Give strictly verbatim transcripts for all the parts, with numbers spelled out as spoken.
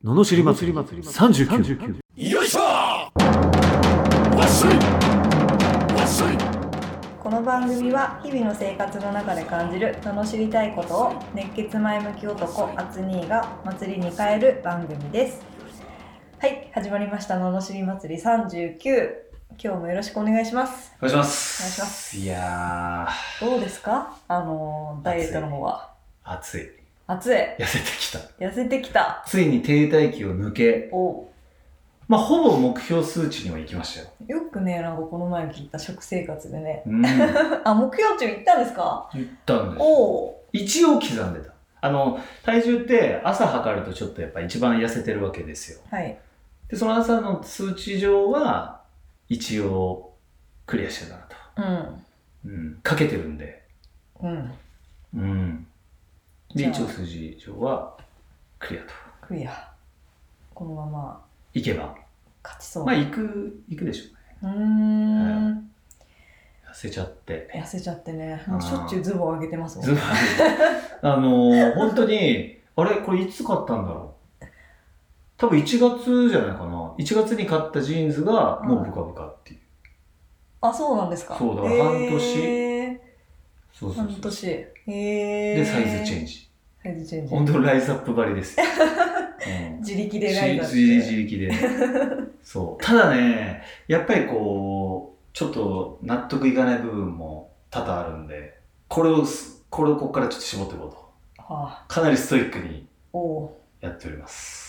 ののしり祭りさんじゅうきゅう。 よいしょわっしょいわっしょい。 この番組は日々の生活の中で感じる罵りたいことを熱血前向き男アツニーが祭りに変える番組です。はい、始まりました罵り祭りさんじゅうきゅう。今日もよろしくお願いします。 お願いします。 お願いします。 いやーどうですか、あのダイエットの方は。 暑い暑い。 痩せてきた痩せてきた。 ついに停滞期を抜け、 おまあほぼ目標数値には行きましたよ。 よくね、なんかこの前聞いた食生活でね、 うん、 あ、目標値行ったんですか。 行ったんです。 お一応刻んでた。あの体重って朝測るとちょっとやっぱ一番痩せてるわけですよ。 はい。 でその朝の数値上は一応クリアしてたなと。うん、うん、かけてるんで、 うんうん、で一応数字上はクリアと。 クリア。このままいけば勝ちそう。 まあ行く行くでしょうね。 うーん、 はい、痩せちゃって痩せちゃってね、もうしょっちゅうズボン上げてますもん。 ズボンあのー、本当にあれこれいつ買ったんだろう。多分いちがつじゃないかな。いちがつに買ったジーンズがもうブカブカっていう。 あ、そうなんですか。 そうだから半年、 えー、 そうそうそう、 半年、えー、 でサイズチェンジ。 サイズチェンジ。 本当ライズアップ張りですよ。 うん、自力でライズアップ。 自力で。そう。ただね、やっぱりこうちょっと納得いかない部分も多々あるんで、これをこれをここからちょっと絞っていこうと。はあ、かなりストイックにやっております。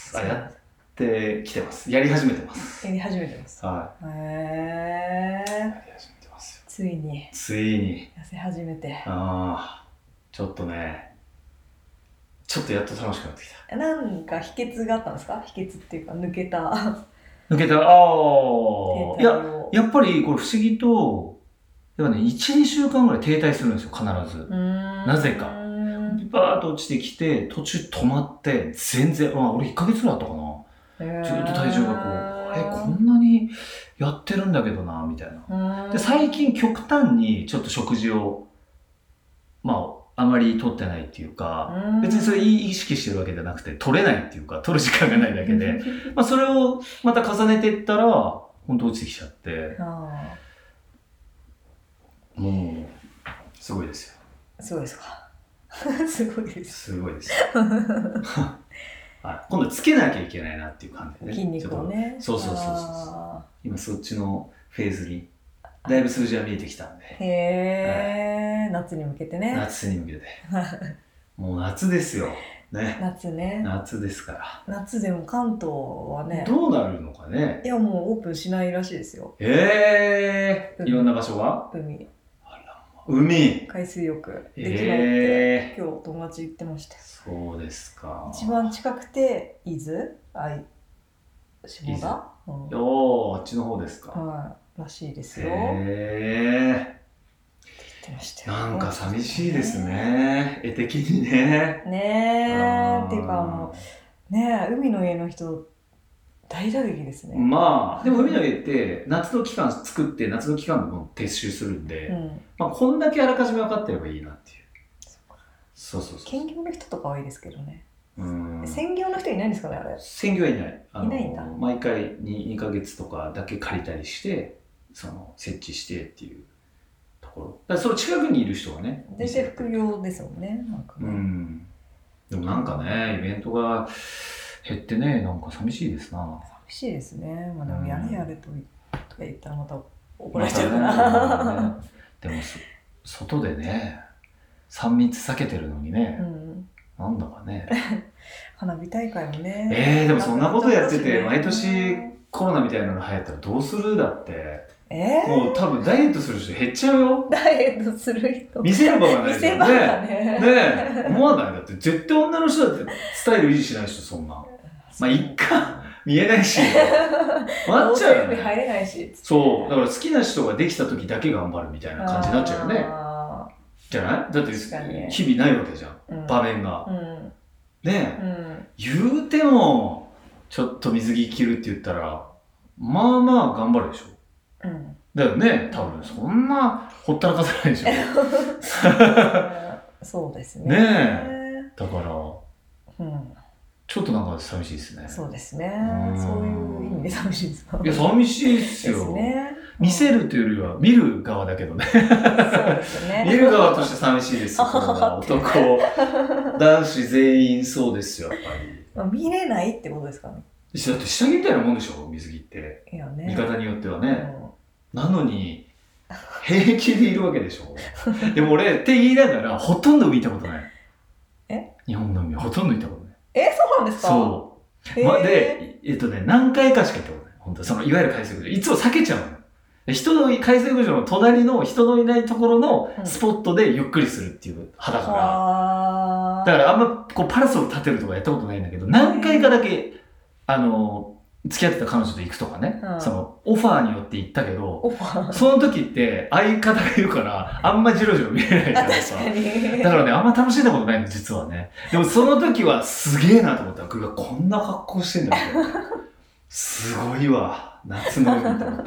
あ、やってきてます。やり始めてます。 やり始めてます。 はい。 へー。 やり始めてますよ。 ついに。 ついに。 痩せ始めて。 ああ、ちょっとね、ちょっとやっと楽しくなってきた。 なんか秘訣があったんですか？秘訣っていうか抜けた。 抜けた。ああ。いや、やっぱりこれ不思議と、やっぱね、いち、にしゅうかんぐらい停滞するんですよ、必ず。なぜか。バーッと落ちてきて、途中止まって、全然、まあ俺いっかげつぐらいあったかな。ずっと体重がこう、え、こんなにやってるんだけどな、みたいな。で、最近極端にちょっと食事を、まあ、あまり取ってないっていうか、別にそれ意識してるわけじゃなくて、取れないっていうか、取る時間がないだけで、まあそれをまた重ねていったら、本当落ちてきちゃって、もう、すごいですよ。 すごいですか。すごいです。 すごいです。今度つけなきゃいけないなっていう感じでね。 筋肉をね。 そうそうそうそう。今そっちのフェーズにだいぶ数字は見えてきたんで。 へー、はい、夏に向けてね。 夏に向けて。もう夏ですよ。ね。 夏ね。 夏ですから。 夏でも関東はね。 どうなるのかね。 いやもうオープンしないらしいですよ。 えー、いろんな場所が海。 海海水浴できないって、えー、今日友達言ってました。 そうですか。 一番近くて伊豆、愛下田、 うん、おー、あっちの方ですか。 はい、らしいですよ。 へえー、って言ってましたよ。 なんか寂しいですね、絵的にね。 ねえ、っていうかあのねえ、海の家の人大打撃ですね。 まあでも海の家って夏の期間作って夏の期間も撤収するんで、うん、まあこんだけあらかじめ分かってればいいなっていう。そうそうそう。 兼業の人とかはいいですけどね。 うん。 専業の人いないんですかね、あれ。 専業はいない。 いないんだ。 毎回 2, にかげつとかだけ借りたりしてその設置してっていうところ。だからその近くにいる人がね。 全然副業ですもんね。なんかね。 うん。でもなんかね、イベントが減ってね、なんか寂しいですな。 寂しいですね。まあでもやれやれと、うん、とか言ったらまた怒られちゃうから、ね。 でも外でね、さん密避けてるのにね、うん、なんだかね。 花火大会もね。 えー、でもそんなことやってて、毎年コロナみたいなの流行ったらどうするだって。 えー、 もう多分ダイエットする人減っちゃうよ。 ダイエットする人。 見せる場がないじゃんね。 見せ場がね。 ねえ、思わない。だって絶対女の人だってスタイル維持しない人そんな。まあいっか、見えないし。 なっちゃうよね。入れないし。 そう、だから好きな人ができた時だけ頑張るみたいな感じになっちゃうよね。じゃない？だって日々ないわけじゃん、うん、場面が。うん、ねえ、うん、言うてもちょっと水着着るって言ったらまあまあ頑張るでしょ。うん、だよね、多分そんなほったらかさないでしょ。 そうですね。 ねえ、だから、 うん、 ちょっとなんか寂しいですね。 そうですね。 うんそういう意味で寂しいですか。 いや、寂しいっすよ。 ですね。 見せるというよりは見る側だけどね。 そうですね。 見る側として寂しいですよ。これは男、男子全員そうですよ、やっぱり。 まあ見れないってことですかね。 だって下着みたいなもんでしょ、水着って。 いやね。 見方によってはうね。 んなのに、平気でいるわけでしょ。でも俺、って言いながら、ほとんど見たことない。 え日本の海ほとんど見たことない。 え、そうなんですか？ そう。 へーま、で、えっとね、何回かしか行ったことない。本当その、いわゆる海水浴場。いつも避けちゃうのよ。で人のい、海水浴場の隣の人のいないところのスポットでゆっくりするっていう派だから。 はだからあんまこうパラソル立てるとかやったことないんだけど、何回かだけ、あの、付き合ってた彼女と行くとかね、 うんその、オファーによって行ったけーど、 オファー。 その時って相方がいるから、あんまジロジロ見れないじゃあ、 ないですか。 確かに。 だからね、あんま楽しんだことないの、実はね。でもその時はすげえなと思った。僕がこんな格好してんだみたいな。すごいわ。夏の海と思って。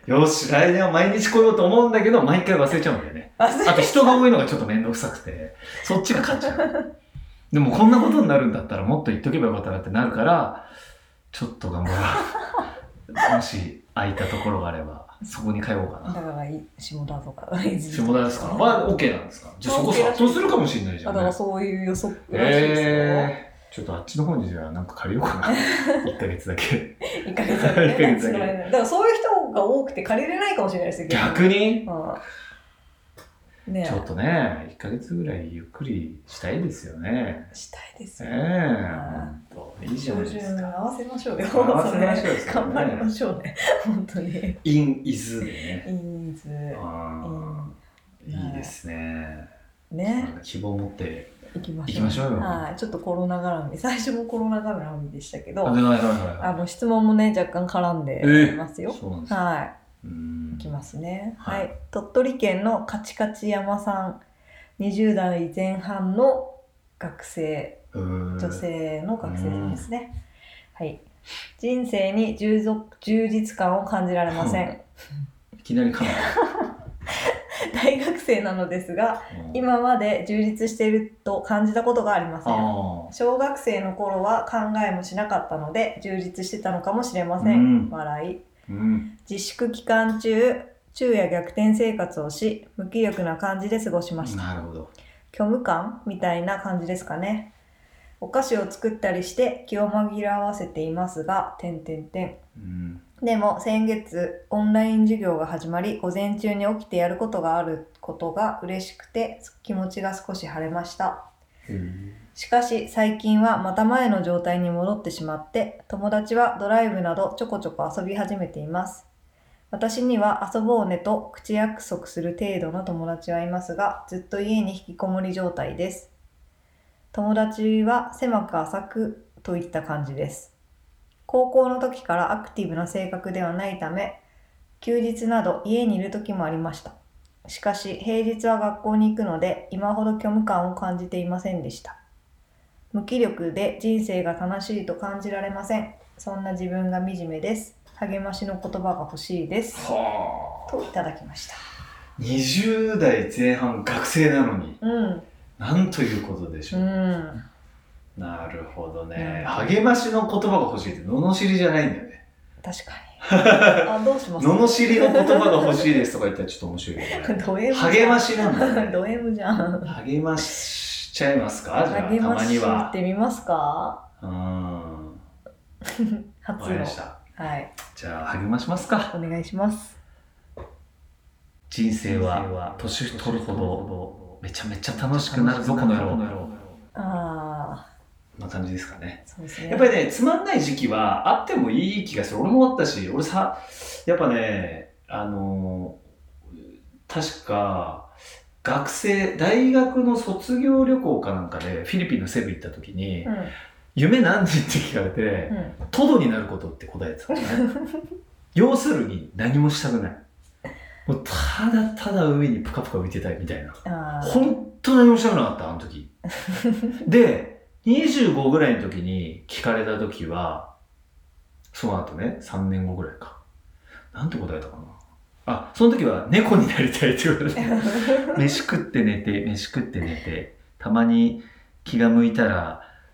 よし、来年は毎日来ようと思うんだけど、毎回忘れちゃうんだよね。 あ、 あと人が多いのがちょっとめんどくさくて、そっちが勝っちゃう。でもこんなことになるんだったらもっと言っとけばよかったなってなるから、ちょっと頑張ろう。もし空いたところがあれば、そこに通おうかな。 だからい下田とか下田ですか？は OK なんですか？じゃあそこ殺到するかもしれないじゃん、ね。 だからそういう予測らしいですよ。 えーちょっとあっちの方にじゃあなんか借りようかな。いっかげつだけ。 いっかげつだけね。 いっかげつだけその間だからそういう人が多くて借りれないかもしれないですよ。 逆にうんねえちょっとね、いっかげつぐらいゆっくりしたいですよね。 したいですえよ。 えほんと。いいじゃないですか。 合わせましょうよ。 合わせましょうよそれ頑張りましょうね。本当に。 インイズでね。 インズ。 あーいいですね。なんね。 か希望を持って行きましょう。 行きましょうよはい。ちょっとコロナ絡み。最初もコロナ絡みでしたけど、 はいはいはいはいあの質問もね、若干絡んでますよ。 そうなんですか。 はい。 うーんいきますね。 ははいい。鳥取県のカチカチ山さん、にじゅう代前半の学生、 うーん女性の学生さんですね。はい。人生に充足充実感を感じられません。 いきなりかな。 大学生なのですが、 うん今まで充実していると感じたことがありません。 あ小学生の頃は考えもしなかったので充実してたのかもしれません。 うん笑い。 ーうん自粛期間中、昼夜逆転生活をし、無気力な感じで過ごしました。 なるほど。 虚無感みたいな感じですかね。お菓子を作ったりして気を紛らわせていますが、点々点。 うんでも先月オンライン授業が始まり、午前中に起きてやることがあることが嬉しくて気持ちが少し晴れました。しかし最近はまた前の状態に戻ってしまって、友達はドライブなどちょこちょこ遊び始めています。私には遊ぼうねと口約束する程度の友達はいますが、ずっと家に引きこもり状態です。友達は狭く浅くといった感じです。高校の時からアクティブな性格ではないため、休日など家にいる時もありました。しかし平日は学校に行くので、今ほど虚無感を感じていませんでした。無気力で人生が楽しいと感じられません。そんな自分が惨めです。励ましの言葉が欲しいです。 はあ。 といただきました。 にじゅう代前半学生なのに、 うん。 なんということでしょう。 うん。 なるほどね。 うん励ましの言葉が欲しいって、罵りじゃないんだよね。 確かに。あ、どうします罵りの言葉が欲しいですとか言ったらちょっと面白いけどね。 ド M 励ましなんだね。 ド M じゃん。 励ましちゃいますかじゃあ、た励ましまにはっ。てみますか？ うーん。わ初のかりまし。た。 はい。 じゃあ、励ましますか。 お願いします。 人生は年取るほどめちゃめちゃ楽しくなるぞ、この野郎。 あこんな感じですかね。 あ、そうですね。 やっぱりね、つまんない時期はあってもいい気がする。俺もあったし、俺さ、やっぱね、あのー、確か、学生、大学の卒業旅行かなんかでフィリピンのセブ行った時に、 うん。 夢何時って聞かれて、 うん。 トドになることって答えてたのね。要するに何もしたくない。もうただただ海にプカプカ浮いてたいみたいな。 ああ。 ほんと何もしたくなかった、あの時。で、にじゅうごぐらいの時に聞かれた時は、その後ね、さんねんごぐらいか。なんて答えたかな。あ、その時は猫になりたいって言われて、飯食って寝て、飯食って寝て、たまに気が向いたら、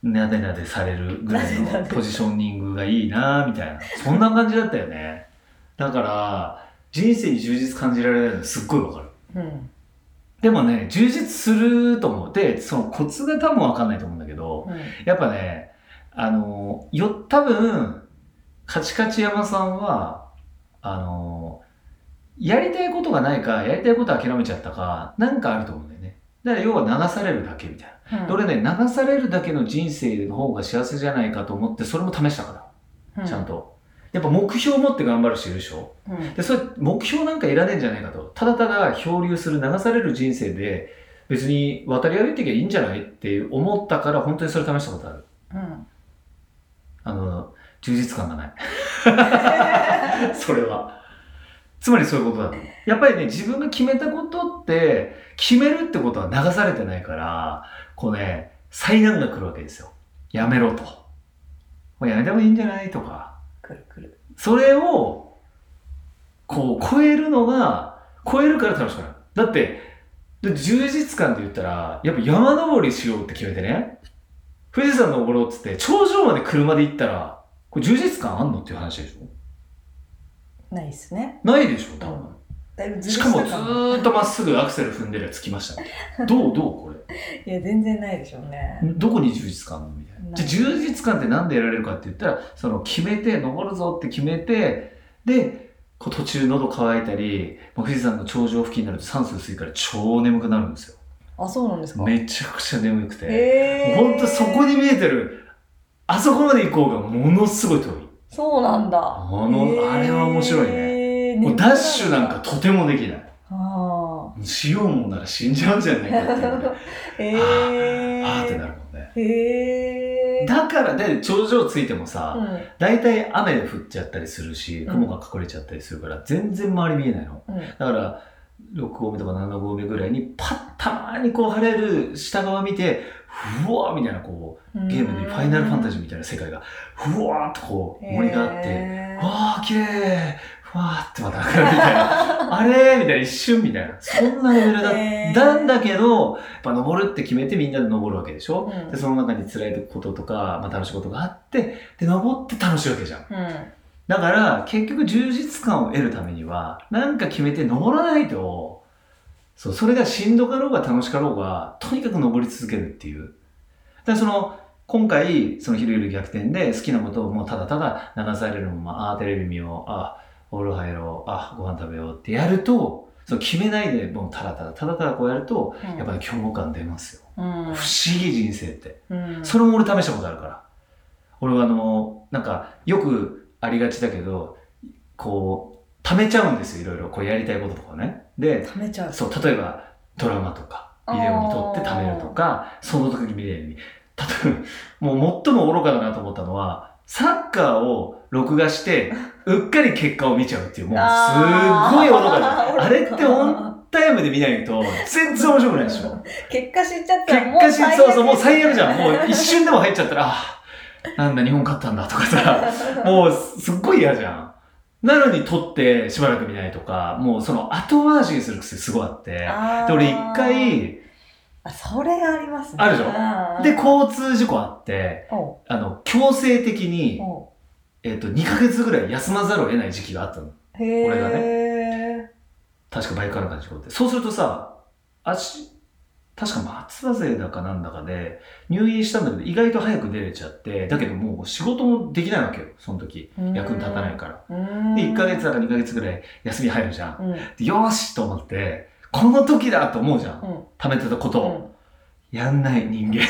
なでなでされるぐらいのなでなでポジショニングがいいなみたいな、そんな感じだったよね。だから人生に充実感じられるのすっごいわかる。 うんでもね、充実すると思う。で、そのコツが多分わかんないと思うんだけど、 うんやっぱね、あの、よ、多分、カチカチ山さんは、あの、やりたいことがないか、やりたいこと諦めちゃったか、なんかあると思うんだよね。だから要は流されるだけみたいな。 うんで俺ね、流されるだけの人生の方が幸せじゃないかと思って、それも試したから、ちゃんと。やっぱ目標を持って頑張る人いるでしょ。 うんで、それ、目標なんかいらねえんじゃないかと。ただただ漂流する、流される人生で、別に渡り歩いていけばいいんじゃないって思ったから、本当にそれ試したことある。 うんあの、充実感がない。それは。つまりそういうことだと。やっぱりね、自分が決めたことって、決めるってことは流されてないから、こうね、災難が来るわけですよ。やめろと。もうやめてもいいんじゃないとか。 くるくるそれを、こう、超えるのが、超えるから楽しくなる。だって、で充実感って言ったら、やっぱ山登りしようって決めてね、富士山登ろうって言って、頂上まで車で行ったら、これ充実感あんのっていう話でしょ？ ないっすね。 ないでしょ、多分。 だいぶずしるかもずしたかもーっとまっすぐアクセル踏んでるやつ来ましたね。どうどうこれ。 いや全然ないでしょうね。 どこに充実感あんのみたいな。 ないじゃあ充実感ってなんで得られるかって言ったら、その決めて、登るぞって決めて、で、こう途中喉乾いたり、もう富士山の頂上付近になると酸素薄いから超眠くなるんですよ。 あ、そうなんですか。 めちゃくちゃ眠くて。 へーほんとそこに見えてる、あそこまで行こうがものすごい遠い。 そうなんだ。 あの、あれは面白いね。もうダッシュなんかとてもできない。 あしようもんなら死んじゃうんじゃないかっていうので、 あ。へえ。 はぁってなるもんね。 へえ。 だから、で、頂上ついてもさ、 うん大体雨で降っちゃったりするし、 うん雲が隠れちゃったりするから、全然周り見えないの。 うんだから、ろく合目とかなな合目ぐらいに、パッ、たまーにこう晴れる下側見て、ふわーみたいなこう、ゲームでファイナルファンタジーみたいな世界が、ふわーっとこう、森があって、 へーわー、綺麗ふわーってまた上がるみたいな。あれーみたいな、一瞬みたいな。そんなレベルだへーったんだけど、やっぱ登るって決めてみんなで登るわけでしょ、 うんで、その中に辛いこととか、まあ楽しいことがあって、で、登って楽しいわけじゃん。 うんだから、結局充実感を得るためには、なんか決めて登らないと、そう、それがしんどかろうが楽しかろうが、とにかく登り続けるっていう。だからその、今回、その昼夜逆転で好きなことをもうただただ流されるまま、ああ、テレビ見よう、ああ、お風呂入ろう、ああ、ご飯食べようってやると、そう決めないで、もうただただ、ただただこうやると、 うんやっぱり虚無感出ますよ。 うん不思議人生って。 うんそれも俺試したことあるから。俺はあの、なんか、よくありがちだけど、こう、溜めちゃうんですよ、いろいろ。こうやりたいこととかね。で、 溜めちゃう。 そう、例えば、ドラマとか、ビデオに撮って貯めるとか、その時に見れるように。例えば、もう最も愚かだなと思ったのは、サッカーを録画して、うっかり結果を見ちゃうっていう、もうすっごい愚かだ。あれってオンタイムで見ないと、全然面白くないでしょ。 結果知っちゃったらもう結果し、そうそう、もう最悪じん。 ゃん。もう一瞬でも入っちゃったら、ああ、なんだ、日本勝ったんだとかさ、もうすっごい嫌じゃん。なのに撮ってしばらく見ないとか、もうその後回しにする癖すごいあって。で、俺一回、 あ、それありますね。 あるでしょょで、交通事故あって、 おうあの、強制的に、 おうえっと、にかげつぐらい休まざるを得ない時期があったの。 へー俺が確かバイクかなんかの事故って。そうするとさ、足、確か松葉勢だかなんだかで入院したんだけど意外と早く出れちゃって、だけどもう仕事もできないわけよ、その時。役に立たないから。 うーんで、いっかげつだかにかげつぐらい休み入るじゃん。 うんでよーしと思って、この時だと思うじゃん。 うん貯めてたことうを。やんない人間。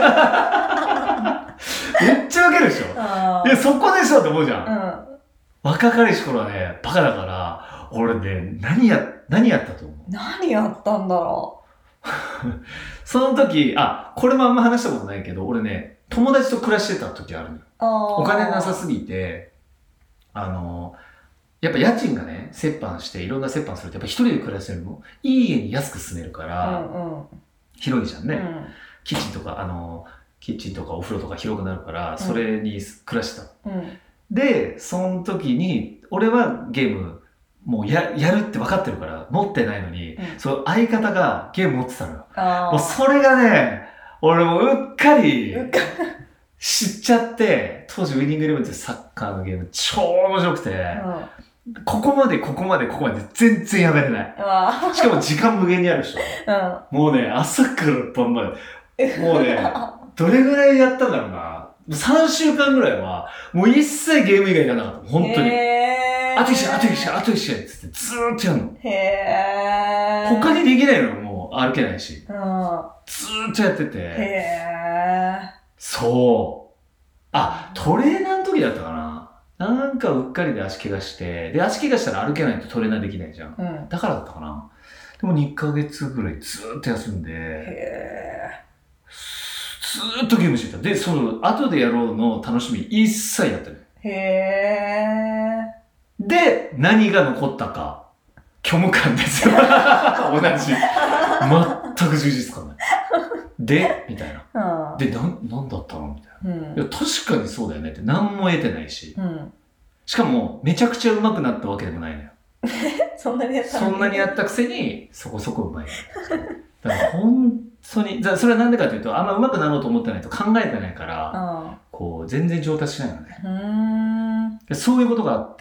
めっちゃウケるでしょ。 あーで、そこでしょって思うじゃん。 うん若かりし頃はね、バカだから、俺ね、何や、何やったと思う何やったんだろその時、あ、これもあんま話したことないけど、俺ね、友達と暮らしてた時あるのよ。 う。おお金なさすぎて、あの、やっぱ家賃がね、折半して、いろんな折半すると、やっぱ一人で暮らせるの、いい家に安く住めるかうら、 んうん広いじゃんね。 うんキッチンとか、あの、キッチンとかお風呂とか広くなるから、それに暮らしてたの。 うんで、その時に、俺はゲーム、もうや、やるって分かってるから、持ってないのに、 うんその相方がゲーム持ってたのよ。 あーもうそれがね、 俺もうっかりうっか知っちゃって、当時ウィニングイレブンってサッカーのゲーム超面白くて、 うんここまでここまでここまで全然やめれない。 うわしかも時間無限にあるでしょ。 うんもうね、朝から晩まで。もうね、どれぐらいやったんだろうな。さんしゅうかんぐらいは、もう一切ゲーム以外やらなかった。本当に。 へーあと一試合、あと一試合、あと一試合ってってずーっとやるの。 へー他にできないのよ、もう歩けないし。 うんずーっとやってて。 へそう。あ、トレーナーの時だったかな。なんかうっかりで足怪我して、で、足怪我したら歩けないとトレーナーできないじゃん。 ーうんだからだったかな。でもにかげつぐらいずーっと休んで、 へずーっとゲームしてた。で、その、後でやろうの楽しみ一切やってない。 ーへで、何が残ったか。虚無感ですよ。同じ。全く充実感ない。で、みたいな。 ーうんで、なん、なんだったのみたいな。 うんいや、確かにそうだよねって何も得てないし。 うんしかも、めちゃくちゃ上手くなったわけでもないのよ。 そんなにやったのそんなにやったくせに、そこそこ上手い。だから本当に、じゃあそれはなんでかというと、あんま上手くなろうと思ってないと考えてないから、 うんこう、全然上達しないのね。 うーんでそういうことがあって、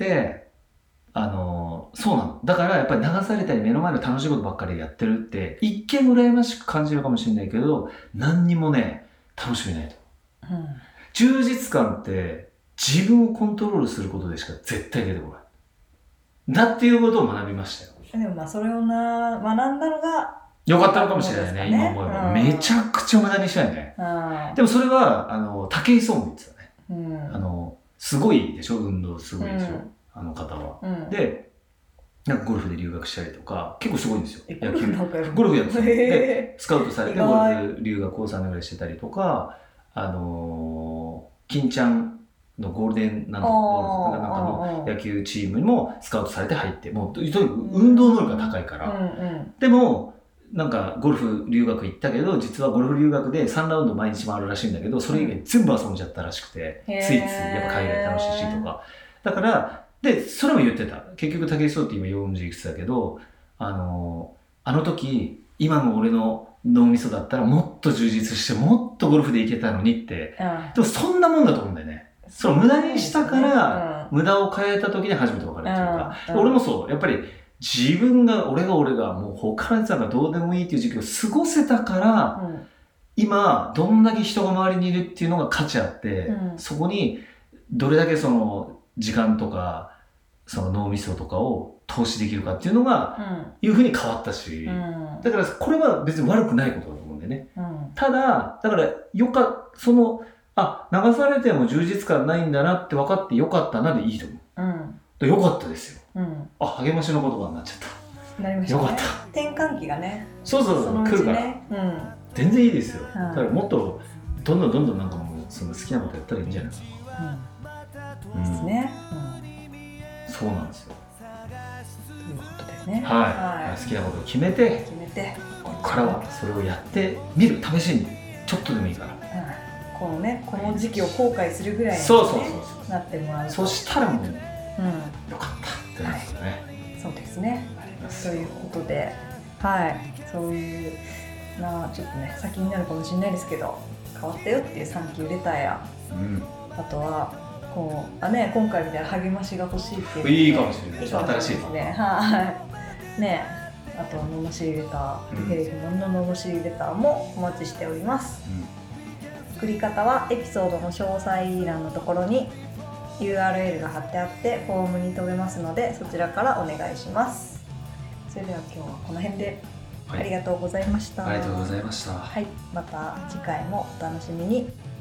あのーそうなの。だからやっぱり流されたり目の前の楽しいことばっかりやってるって、一見羨ましく感じるかもしれないけど、何にもね、楽しみないと。 うん充実感って自分をコントロールすることでしか絶対出てこない。だっていうことを学びましたよ。 でもまあそれをな学んだのがよかったのかもしれないね、 そうですかね今思えば。 うんめちゃくちゃ無駄にしたよね。 うんでもそれは、あの、武井壮も言ってたね。 うんあの、すごいでしょ運動すごいでしょ、 うんあの方は。 うんで、なんかゴルフで留学したりとか、結構すごいんですよ。 えゴルフなんかやるのゴルフやるんですよ。で、 へスカウトされて意ゴ外ルフ留学をさんねんぐらいしてたりとか、あのー、金ちゃんのゴールデンなんとかゴールデンなんかの野球チームにもスカウトされて入って、もうとにかく運動能力が高いから。 うんうんでも、なんかゴルフ留学行ったけど、実はゴルフ留学でさんラウンド毎日回るらしいんだけど、それ以外全部遊んじゃったらしくて、 へーついついやっぱ海外楽しいしとか。だから、で、それも言ってた。結局武井壮って今よんじゅういくつだけど、あのー、あの時、今の俺の脳みそだったらもっと充実して、もっとゴルフでいけたのにって。 うんでもそんなもんだと思うんだよね。その無駄にしたかうら、 ん無駄を変えた時に初めて分かるっていうか、 うん俺もそう、やっぱり自分が、俺が俺が、もう他のやつなんかどうでもいいっていう時期を過ごせたから、 うん今、どんだけ人が周りにいるっていうのが価値あって、 うんそこにどれだけその時間とか、その脳みそとかを投資できるかっていうのが、いうふうに変わったし、 うんだからこれは別に悪くないことだと思うんだよね。 うんただ、だから、よか、その、あ、流されても充実感ないんだなって分かってよかったなでいいと思う。 うんでよかったですよ。 うんあ、励ましの言葉になっちゃった。 なりましたねよかった転換期がねそうそうそう、 そのうち来るから。 ねうん全然いいですよ。 はいだからもっと、どんどんどんどんなんかもう、その好きなことやったらいいんじゃないですか。 うんですねうんそうなんですよ。 ということですねはい。 はい好きなことを決めて、 決めてここからはそれをやってみる。試しに。ちょっとでもいいから。 うんこのねこの時期を後悔するぐらいにねそうそうそうなってもらうとそしたらもう、 うんよかったってなるんですよね。 そうですねありますよということではいそういうなちょっとね先になるかもしれないですけど変わったよっていうサンキューレターやうん。 あとはこうあね今回みたいな励ましが欲しいっていうのでいいかもしれないいいかもしれないです新しいねはいねあと罵りレター、 うんテレビの罵りレターもお待ちしております送り方はエピソードの詳細欄のところに ユーアールエル が貼ってあってフォームに飛べますのでそちらからお願いしますそれでは今日はこの辺ではいありがとうございました、 ありがとうございました。 はい、また次回もお楽しみに。